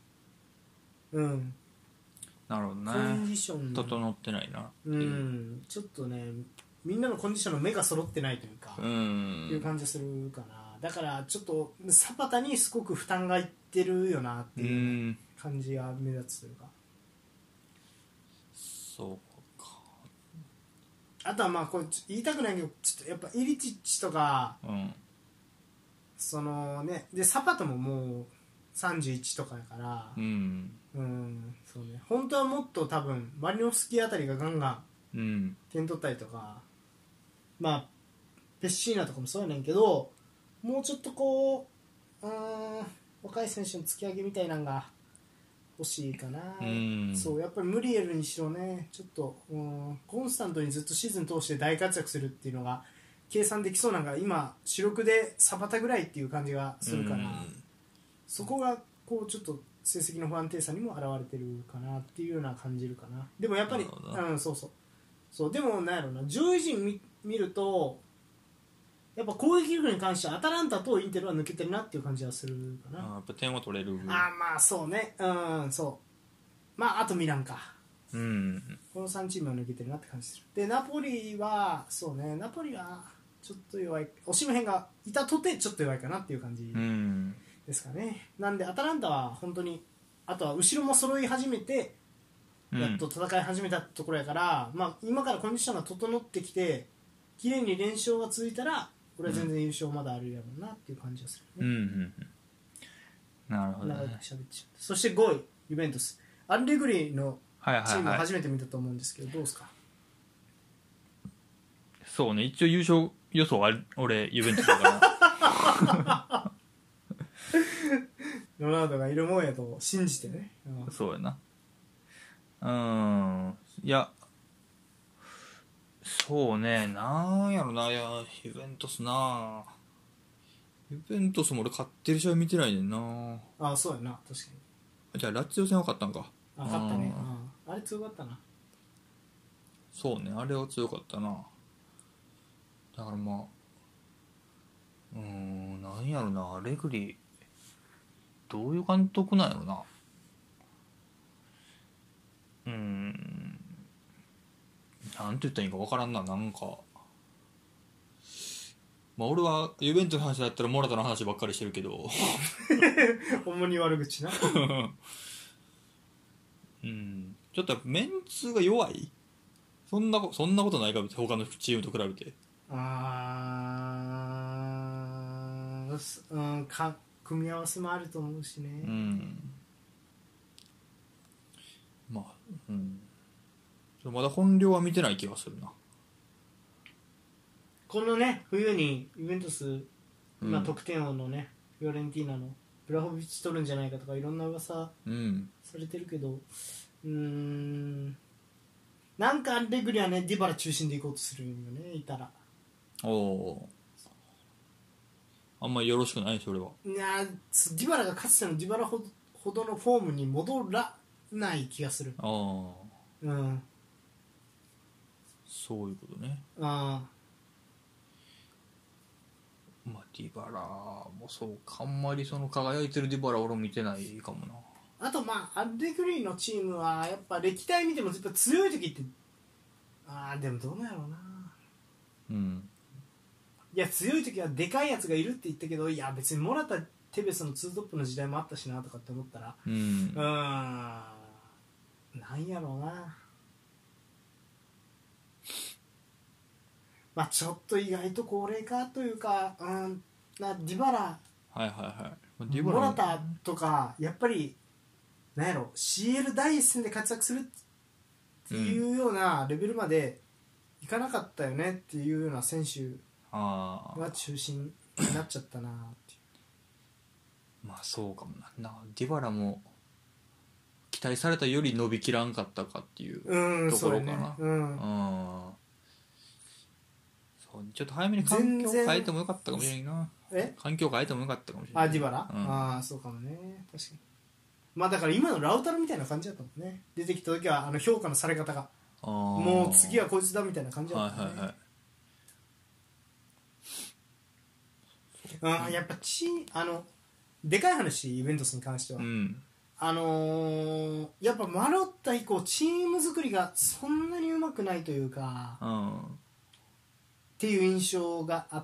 なるほどね。 コンディション整ってないな。 ちょっとねみんなのコンディションの目が揃ってないというか、いう感じするかな。だからちょっとサパタにすごく負担がいってるよなっていう感じが目立つというか。 そうか。 あとはまあこれ言いたくないけどちょっとやっぱイリチッチとか、そのねでサパタももう31とかだから、そうね、本当はもっと多分マリノフスキーあたりがガンガン点取ったりとか、まあペッシーナとかもそうやねんけど、もうちょっとこう若い選手の突き上げみたいなのがほしいかな。 うんそうやっぱりムリエルにしろね、ちょっと、コンスタントにずっとシーズン通して大活躍するっていうのが計算できそうなのが今主力でサバタぐらいっていう感じがするから、そこがこうちょっと成績の不安定さにも表れてるかなっていうような感じるかな。でもやっぱり、そうでもなんやろな、上位陣見るとやっぱ攻撃力に関してはアタランタとインテルは抜けてるなっていう感じはするかな。 やっぱ点は取れる。 まあそうね、そうまああとミランか、この3チームは抜けてるなって感じする。でナポリはそうね、ナポリはちょっと弱い、オシムヘンがいたとてちょっと弱いかなっていう感じですかね。なんでアタランタは本当にあとは後ろも揃い始めてやっと戦い始めたところやから、まあ、今からコンディションが整ってきて綺麗に連勝が続いたらこれは全然優勝まだあるやろうなっていう感じがするね。 なるほど、ね、 長く喋ってしまった。そして5位ユベントス、アレグリのチームを初めて見たと思うんですけど、どうですか？ そうね、一応優勝予想は俺ユベントスだからロナウドがいるもんやと信じてね、 そうやな。いやそうね、なんやろな、いやユベントスな、ユベントスも俺勝ってる試合見てないねんな。 ああそうやな、確かに。 じゃあラッツィオ戦は勝ったんか。 勝ったね、あれ強かったな。 そうね、あれは強かったな。だからまあなんやろな、レグリどういう監督なんやろな。なんて言ったらいいか分からんな。なんかまあ俺はユベントの話だったらモラタの話ばっかりしてるけど主に悪口なちょっとメンツが弱い。そんなことないか、他のチームと比べて。 組み合わせもあると思うしね。 まあまだ本領は見てない気がするな。 このね冬にユベントス今得点王のね、フィオレンティーナのブラホビッチ取るんじゃないかとかいろんな噂されてるけど、なんかレグリはねディバラ中心でいこうとするよね、いたら。 あんまりよろしくないでしょ俺は。 いやディバラがかつてのディバラほどのフォームに戻らない気がする。 そういうことね。まあディバラもそうか、あんまりその輝いてるディバラ俺も見てないかもな。 あとまあアレグリのチームはやっぱ歴代見てもやっぱ強い時ってでもどうなんやろうな。いや強い時はでかいやつがいるって言ったけど、いや別にモラタテベスのツートップの時代もあったしなとかって思ったらなんやろうな。まあちょっと意外と高齢化というか、ディバラ、モラタとかやっぱりなんやろ CL 第一線で活躍するっていうようなレベルまでいかなかったよねっていうような選手が中心になっちゃったなっていう。 まあそうかもな。ディバラも期待されたより伸びきらんかったかっていうところかな。そうちょっと早めに環境変えてもよかったかもしれないな。環境変えてもよかったかもしれない。 ディバラ、そうかもね、確かに。まあだから今のラウタロみたいな感じだったもんね。出てきた時は評価のされ方がもう次はこいつだみたいな感じだったね。やっぱでかい話、イベントスに関しては、やっぱマロッタ以降チーム作りがそんなにうまくないというか、っていう印象があって、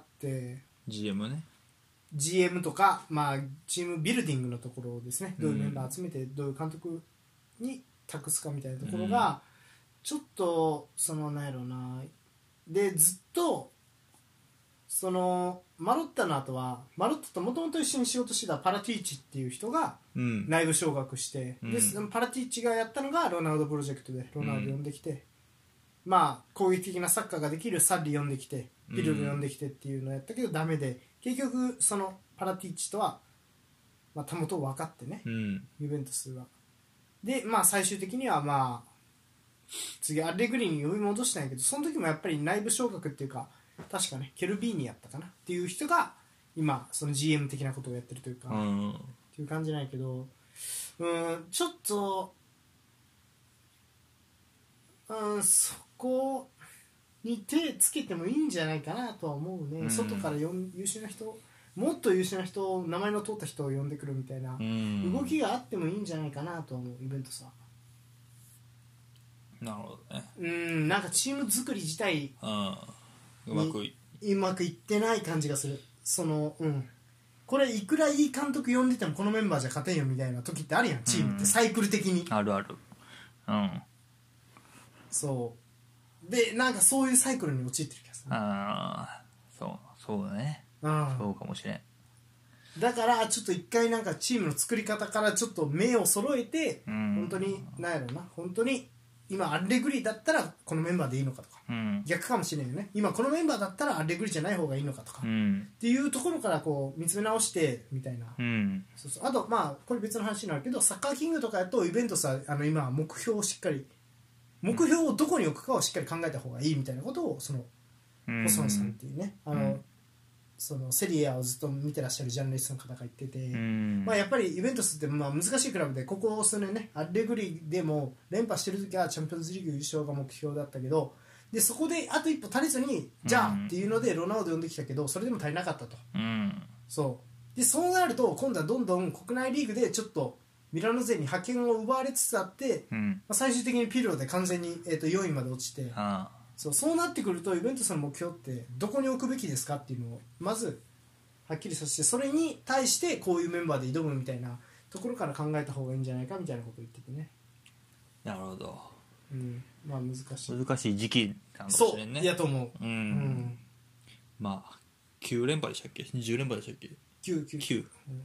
GM とか、まあ、チームビルディングのところですね、どういうメンバー集めてどういう監督に託すかみたいなところが、ちょっとなんやろうな。でずっとマロッタの後はマロッタともともと一緒に仕事してたパラティーチっていう人が内部昇格して、でパラティーチがやったのがロナウドプロジェクトでロナウド呼んできて、まあ攻撃的なサッカーができるサッリ呼んできてピルル呼んできてっていうのをやったけどダメで、結局パラティーチとはたもと分かってね、ユベントスはでまあ最終的にはまあ次アレグリに呼び戻したんやけど、その時もやっぱり内部昇格っていうか、確かねケルビーニやったかなっていう人が今その GM 的なことをやってるというか、っていう感じなんやけど、ちょっとそこに手つけてもいいんじゃないかなとは思うね、外から優秀な人、もっと優秀な人、名前の通った人を呼んでくるみたいな動きがあってもいいんじゃないかなとは思う、イベントさ。 なるほどね。 なんかチーム作り自体うまくいってない感じがする。これいくらいい監督呼んでてもこのメンバーじゃ勝てんよみたいな時ってあるやん、チームってサイクル的に。 あるある。 そうで、なんかそういうサイクルに陥ってる気がする。 そうだね。そうかもしれん。 だからちょっと一回なんかチームの作り方からちょっと目を揃えて、本当になんやろうな、本当に今アレグリだったらこのメンバーでいいのかとか、逆かもしれないよね、今このメンバーだったらアレグリじゃない方がいいのかとか、っていうところからこう見つめ直してみたいな、そうそう。あとまあこれ別の話になるけど、サッカーキングとかやとイベントさ、今目標をしっかり、目標をどこに置くかをしっかり考えた方がいいみたいなことをその細野さんっていうね、そのセリエ A をずっと見てらっしゃるジャーナリストの方が言ってて、まあ、やっぱりイベントスってまあ難しいクラブで、ここ数年ねアレグリでも連覇してる時はチャンピオンズリーグ優勝が目標だったけど、でそこであと一歩足りずにじゃあっていうのでロナウド呼んできたけど、それでも足りなかったと、そうなると今度はどんどん国内リーグでちょっとミラノ勢に覇権を奪われつつあって、最終的にピルロで完全に、4位まで落ちて、そうなってくるとイベントスの目標ってどこに置くべきですかっていうのをまずはっきりさせて、それに対してこういうメンバーで挑むみたいなところから考えた方がいいんじゃないかみたいなことを言っててね。 なるほど。 まあ難しい時期かもしれんね。 そうやと思う。 まあ9連覇でしたっけ、10連覇でしたっけ、9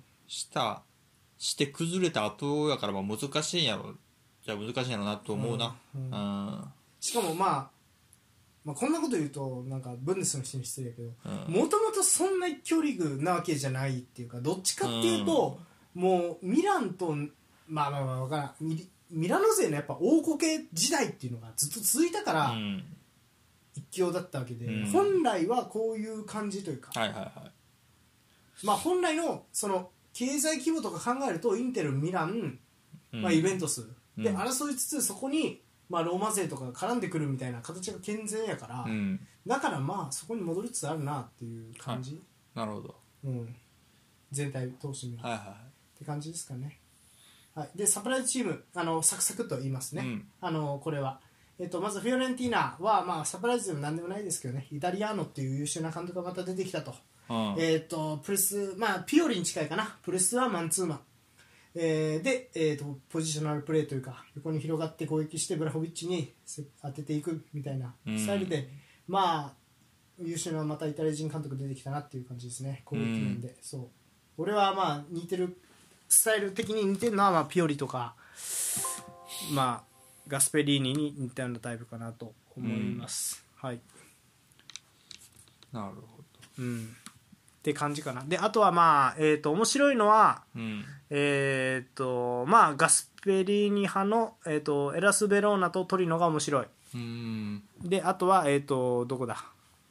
して崩れた後やから、まあ難しいんやろ、じゃあ難しいんやろなと思うな。 しかもまあこんなこと言うとなんかブンデスの人に失礼だけど、もともとそんな一強リーグなわけじゃないっていうか、どっちかっていうと、もうミランとまあ分からん、ミラノ勢のやっぱ大こけ時代っていうのがずっと続いたから、一強だったわけで、本来はこういう感じというか、まあ本来のその経済規模とか考えるとインテル、ミラン、イベントスで争いつつ、そこにローマ勢とかが絡んでくるみたいな形が健全やから、だからまあそこに戻りつつあるなっていう感じ、 なるほど、 全体通してみるって感じですかね。でサプライズチーム、サクサクと言いますね、これは、まずフィオレンティーナは、まあ、サプライズでも何でもないですけどね、イタリアーノっていう優秀な監督がまた出てきたと、プレス、まあピオリに近いかな、プレスはマンツーマン、で、ポジショナルプレーというか、横に広がって攻撃してブラホビッチに当てていくみたいなスタイルで、まあ優秀なまたイタリア人監督出てきたなっていう感じですね、攻撃面で。そう俺はまあ似てるスタイル的に似てるのは、まあピオリとか、まあガスペリーニに似たようなタイプかなと思います。なるほど。 って感じかな。であとはまあ面白いのは、まあガスペリーニ派のエラスベローナとトリノが面白い。であとはどこだ。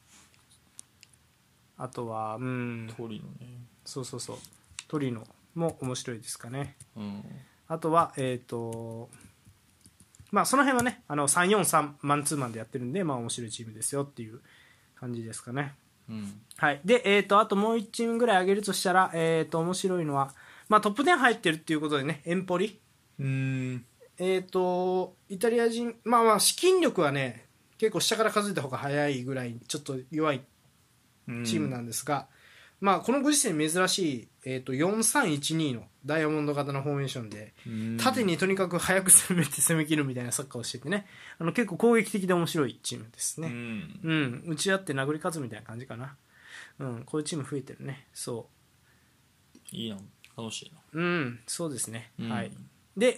あとはトリノね。 そうトリノも面白いですかね。あとはまあその辺はね343マンツーマンでやってるんで、まあ面白いチームですよっていう感じですかね。であともう1チームぐらい挙げるとしたら面白いのは、まあ、トップ10入ってるっていうことでね、エンポリ、イタリア人、まあ資金力はね結構下から数えた方が早いぐらいちょっと弱いチームなんですが、まあこのご時世に珍しい、4312のダイヤモンド型のフォーメーションで、縦にとにかく早く攻めて攻め切るみたいなサッカーをしててね、結構攻撃的で面白いチームですね。打ち合って殴り勝つみたいな感じかな。こういうチーム増えてるね。そういいな、楽しいな。 そうですね。で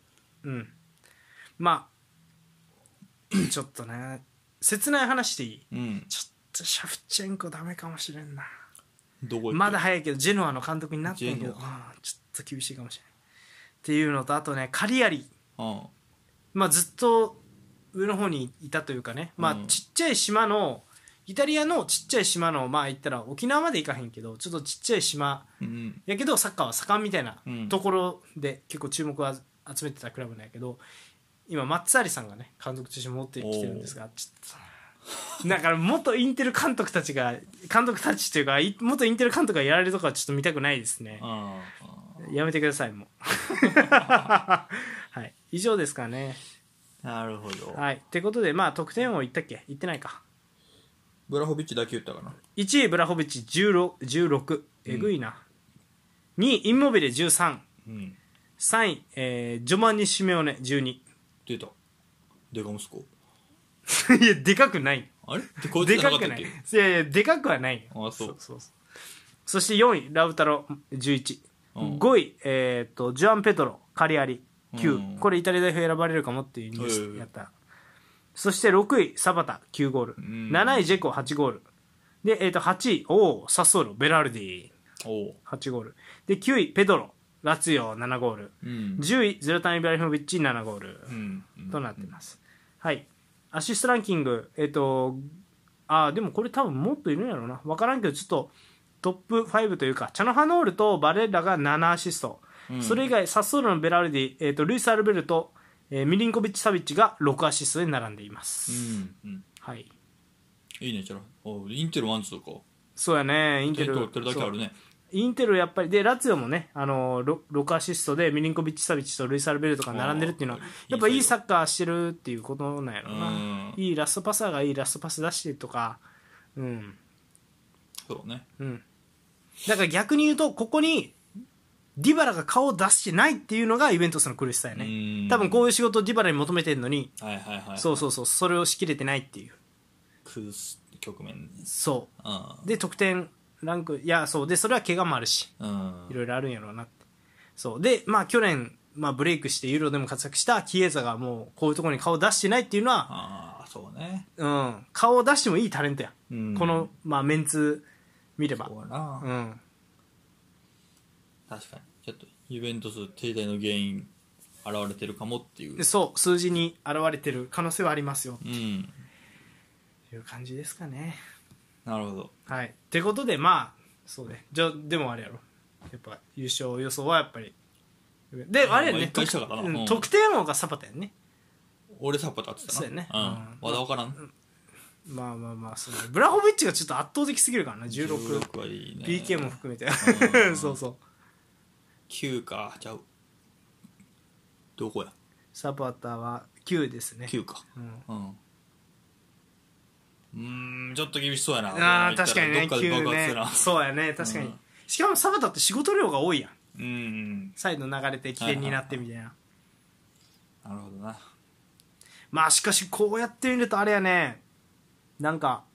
まあちょっとね切ない話でいい、ちょっとシャフチェンコダメかもしれんな。まだ早いけどジェノアの監督になってんけど、ちょっと厳しいかもしれないっていうのと、あとねカリアリまあ、ずっと上の方にいたというかね、まあ、ちっちゃい島のイタリアのちっちゃい島の、まあ言ったら沖縄まで行かへんけどちょっとちっちゃい島やけどサッカーは盛んみたいなところで結構注目を集めてたクラブなんやけど、今松有さんがね監督として持ってきてるんですが、ちょっとだから元インテル監督たちというか元インテル監督がやられるとかはちょっと見たくないですね。やめてくださいもうはい、以上ですかね。 なるほど。 はい、ってことでまあ得点王言ったっけ？言ってないか。 ブラホビッチだけ言ったかな。 1位ブラホビッチ 16えぐいな、2位インモビレ13、3位、ジョマンニ・シメオネ12。 出たデカ息子いやでかくない。 あれでかくない。いやいやでかくはない。 そうそして4位ラウタロ11、5位、ジョアン・ペトロカリアリ9、これイタリア代表選ばれるかもっていうニュースやった。そして6位サバタ9ゴール、7位ジェコ8ゴールで、8位サッソーロベラルディ8ゴールで、9位ペドロラツィオ7ゴール、10位ゼルタン・イブラヒモビッチ7ゴール、となっています。はい、アシストランキング、でもこれ多分もっといるんやろうな、分からんけどちょっとトップ5というかチャノハノールとバレッラが7アシスト、それ以外サッソーロのベラルディ、ルイス・アルベルト、ミリンコビッチ・サビッチが6アシストで並んでいます。はい、 いいね。じゃあインテルワンツーか。 そうやね、インテル取ってるだけあるね。 インテルやっぱりでラツィオもね、6アシストでミリンコビッチ・サビッチとルイス・アルベルトが並んでるっていうのはやっぱいいサッカーしてるっていうことなんやろな。いいラストパサーがいいラストパス出してとか、 そうね。 だから逆に言うとここにディバラが顔を出してないっていうのがイベントスの苦しさやね。多分こういう仕事をディバラに求めてるのに、そうそれをしきれてないっていう局面。 そうで得点ランクそうでそれは怪我もあるし、いろいろあるんやろうなって。そうでまあ去年、ブレイクしてユーロでも活躍したキエザがもうこういうところに顔を出してないっていうのは、 そうね、 顔を出してもいいタレントや、この、メンツ見れば。 そうな、確かにちょっとユベントス停滞の原因現れてるかもっていう。 そう数字に現れてる可能性はありますよっていう感じですかね。 なるほど。 はい。ってことでそうね。でもあれやろ。やっぱ優勝予想はやっぱりであれやね。得点王がサパタやね。 俺サパタって言ったな。 そうやね。 まだ分からん。 そうね。ブラホビッチがちょっと圧倒的すぎるからな。 16はいいね。 PK も含めて。そうそう。 9かちゃう。どこや。 サパタは9ですね。 9か。ちょっと厳しそうやな。 確かにね。9ね。そうやね。確かに。しかもサパタって仕事量が多いやん。サイド流れて起点になってみたいな。 なるほどな。しかしこうやってみるとあれやね。なんか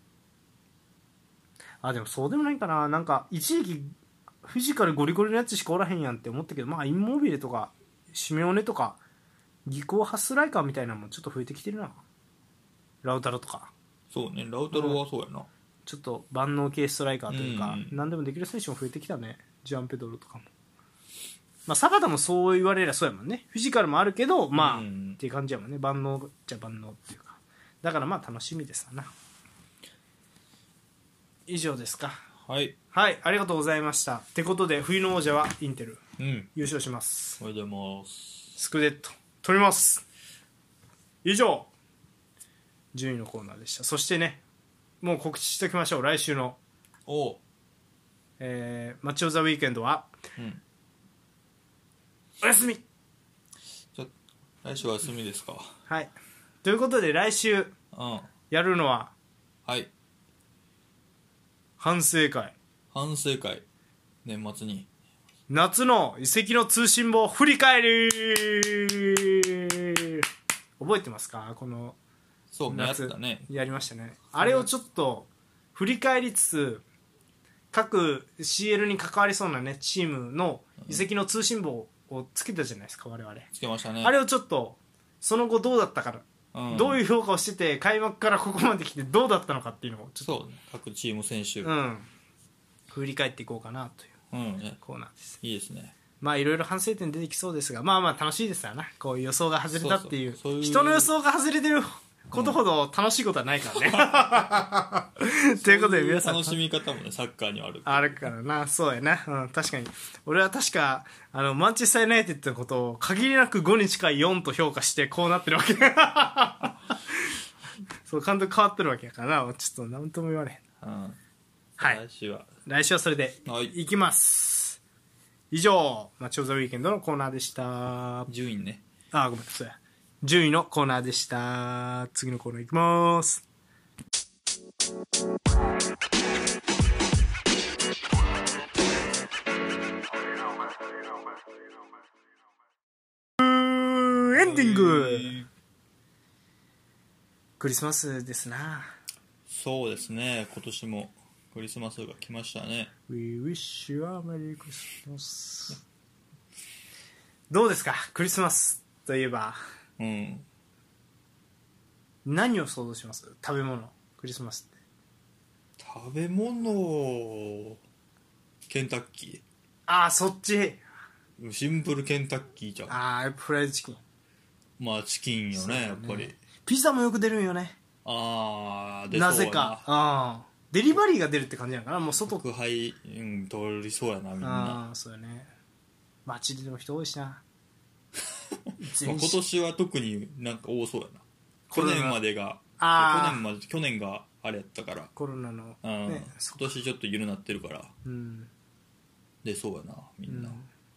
でもそうでもないかな。なんか一時期フィジカルゴリゴリのやつしかおらへんやんって思ったけど、インモビレとかシメオネとか技巧ハスライカーみたいなのもちょっと増えてきてるな。ラウタロとか。 そうね、ラウタロはそうやな。 ちょっと万能系ストライカーというか、何でもできる選手も増えてきたね。ジャンペドロとかも。サバタもそう言われりゃそうやもんね。フィジカルもあるけどっていう感じやもんね。万能じゃ万能っていうか。だから楽しみですわな。以上ですか。 はい、 ありがとうございました。ってことで冬の王者はインテル、優勝します。 おめでとうございます。 スクデット取ります。以上順位のコーナーでした。そしてね、もう告知しておきましょう。来週のマッチオブザウィークエンドは、お休み。 来週は休みですか。 はい。ということで来週やるのは、反省会。年末に夏の遺跡の通信簿振り返り。覚えてますか？この夏やりましたね。あれをちょっと振り返りつつ、各 CL に関わりそうなねチームの移籍の通信簿をつけたじゃないですか。我々 つけましたね。 あれをちょっとその後どうだったか、どういう評価をしてて開幕からここまで来てどうだったのかっていうのをちょっと各チーム選手、 振り返っていこうかなというコーナーです。 いいですね。 まあいろいろ反省点出てきそうですが、まあまあ楽しいですよな、こういう予想が外れたっていう。 そういう人の予想が外れてることほど楽しいことはないからね、ということで皆さん楽しみ方もねサッカーにはあるからな。そうやな、うん、確かに俺は確かマンチェスター・ユナイテッドのことを限りなく5に近い4と評価してこうなってるわけそう監督変わってるわけやからな、ちょっと何とも言われへん、はい、来週はそれでいきます、以上マッチオブザウィーケンドのコーナーでした。 順位ね、 ごめん、そうや、順位のコーナーでした。次のコーナーいきます。エンディング、クリスマスですな。 そうですね、今年もクリスマスが来ましたね。 We wish you a Merry Christmas どうですか、クリスマスといえば、 うん、 何を想像します？食べ物、クリスマスって。 食べ物ケンタッキそっち。 ー、シンプルケンタッキーじゃん。 やっぱフライドチキン。 まあチキンよね、やっぱり。 ピザもよく出るんよね、 出そうやなぜか。デリバリーが出るって感じなのかな、もう外宅配、通りそうやな、みんな。 そうやね、街ででも人多いしなまあ今年は特になんか多そうやな。去年までが去年があれやったからコロナの、 今年ちょっと緩なってるから、出そうやな、みんな。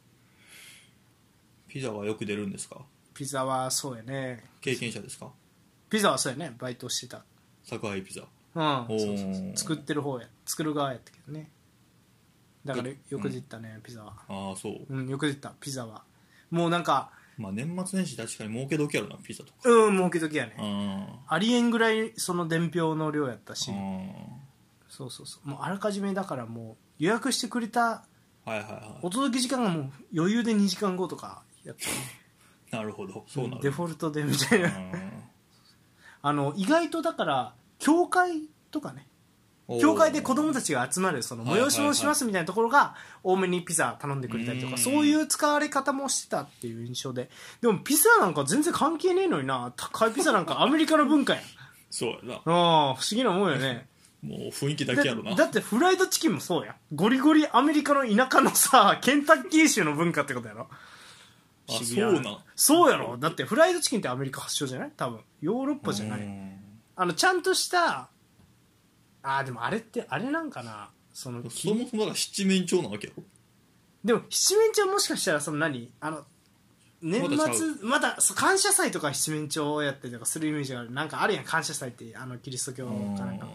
ピザはよく出るんですか？ ピザはそうやね、 経験者ですか？ ピザはそうやね、バイトしてた。 宅配ピザ。 そう作ってる方や、作る側やったけどね。だからよく出たね、ピザは。 そう、 よく出たピザは。もうなんかまあ年末年始確かに儲け時やろな、ピザとか。 儲け時やね。ありえんぐらいその伝票の量やったし、そうもうあらかじめだからもう予約してくれたお届け時間がもう余裕で2時間後とかやったね。 なるほど、そうなる。 デフォルトでみたいな意外とだから教会とかね、教会で子供たちが集まるその催し物しますみたいなところが多めにピザ頼んでくれたりとか、そういう使われ方もしてたっていう印象で。でもピザなんか全然関係ねえのにな、高いピザなんかアメリカの文化やそうやな。 不思議なもんよね。 もう雰囲気だけやろな。 だってフライドチキンもそうや、ゴリゴリアメリカの田舎のさケンタッキー州の文化ってことやろ。 そうなん。 そうやろ。だってフライドチキンってアメリカ発祥じゃない？多分ヨーロッパじゃない。ちゃんとしたでもあれってあれなんかな、 そもそもだから七面鳥なわけやろ。 でも七面鳥もしかしたらその年末まだ感謝祭とか七面鳥やったりとかするイメージがある。なんかあるやん、感謝祭ってキリスト教かなんか。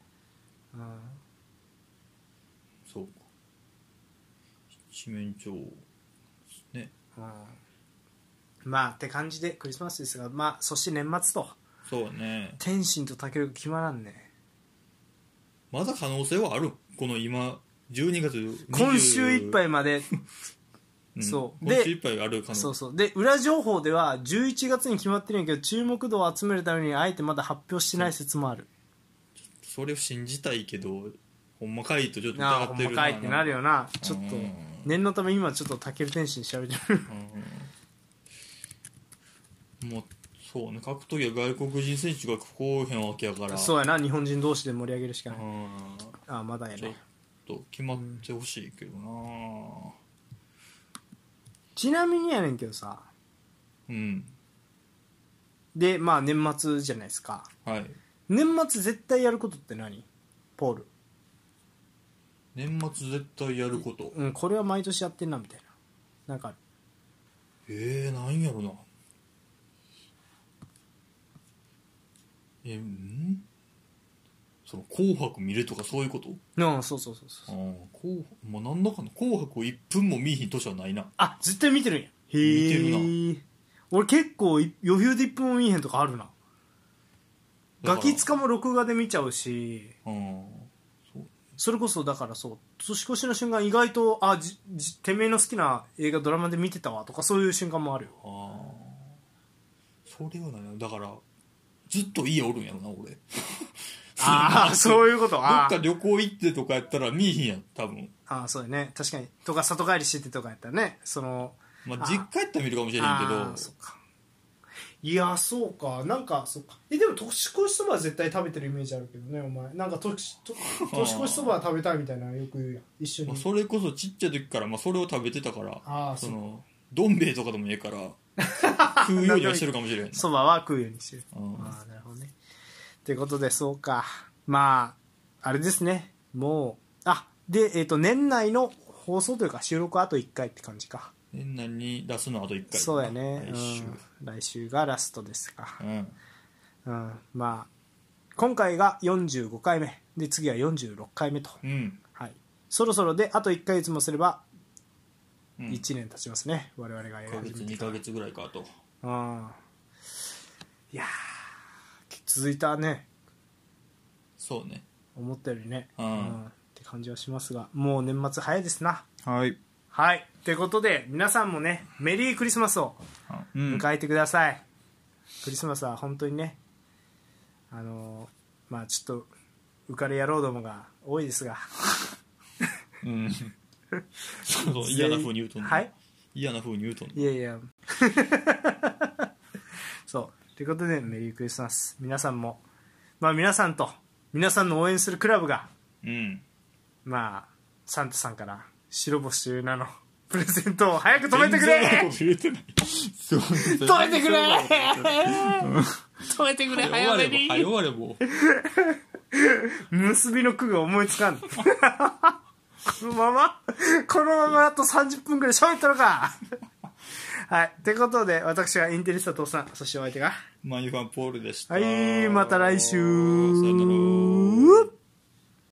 そうか、七面鳥ね。 まあって感じでクリスマスですが、そして年末と。 そうね、 天心とタケルが決まらんね。 まだ可能性はある。この今12月今週いっぱいまでそうで今週いっぱいある可能性。 で裏情報では11月に決まってるんやけど、注目度を集めるためにあえてまだ発表してない説もある。 それを信じたいけど、ほんまかいとちょっと疑ってるな。 ほんまかいってなるよな。ちょっと念のため今ちょっとタケル天心調べてるもうそうね、格闘技は外国人選手が不公平なわけやから。 そうやな、日本人同士で盛り上げるしかない。まだやね。 ちょっと決まってほしいけどな。 ちなみにやねんけどさ、で年末じゃないですか。年末絶対やることって何？ポール。 年末絶対やること、 これは毎年やってんなみたいな、なんかある？ なんやろな。その紅白見るとかそういうこと？ そうまあ、なんだかの紅白を1分も見いひん年はないな。 絶対見てるんや。 見てるな。 俺結構余裕で1分も見いへんとかあるな。ガキ使も録画で見ちゃうし、それこそだから年越しの瞬間意外とてめえの好きな映画ドラマで見てたわとか、そういう瞬間もあるよ。 それはないな。だからずっと家おるんやろな俺ああそういうこと。 どっか旅行行ってとかやったら見えへんやん多分。 ああそうだね、確かに。とか里帰りしててとかやったらね、 まあ、実家やったら見るかもしれへんけど。 そうか。いやそうか、なんかそうか。でも年越しそばは絶対食べてるイメージあるけどね、お前。なんか年越しそば食べたいみたいなよく言うやん、一緒に。 まあ、それこそちっちゃい時から、まあ、それを食べてたから、どん兵衛とかでもいいから食うようにはしてるかもしれん。 そばは食うようにしてる。ああなるほどね。ということで、そうか、まああれですね、もうで年内の放送というか収録あと1回って感じか。 年内に出すのあと1回。 そうやね、来週がラストですか。まあ今回が45回目で、次は46回目と、はい、そろそろであと1ヶ月もすれば1年経ちますね、我々がやり始めて。 1ヶ月2ヶ月ぐらいかと。 いや続いたね。 そうね、 思ったよりね、って感じはしますが、もう年末早いですな。 はいはい、ということで皆さんもね、メリークリスマスを迎えてください。クリスマスは本当にね、まあちょっと浮かれ野郎どもが多いですがそう嫌な風に言うとんね。 はい、 嫌な風に言うとんね。 いやいやそうということでメリークリスマス。皆さんも、まあ皆さんと皆さんの応援するクラブが、まあサンタさんから白星という名のプレゼントを早く止めてくれ。止めてくれ止めてくれ、早めに。 早われも結びの句が思いつかんこのままあと30分ぐらい喋ったのかはい、ってことで私はインテリスタ父さん、そしてお相手がマニファンポールでした。 はい、また来週。 さよなら。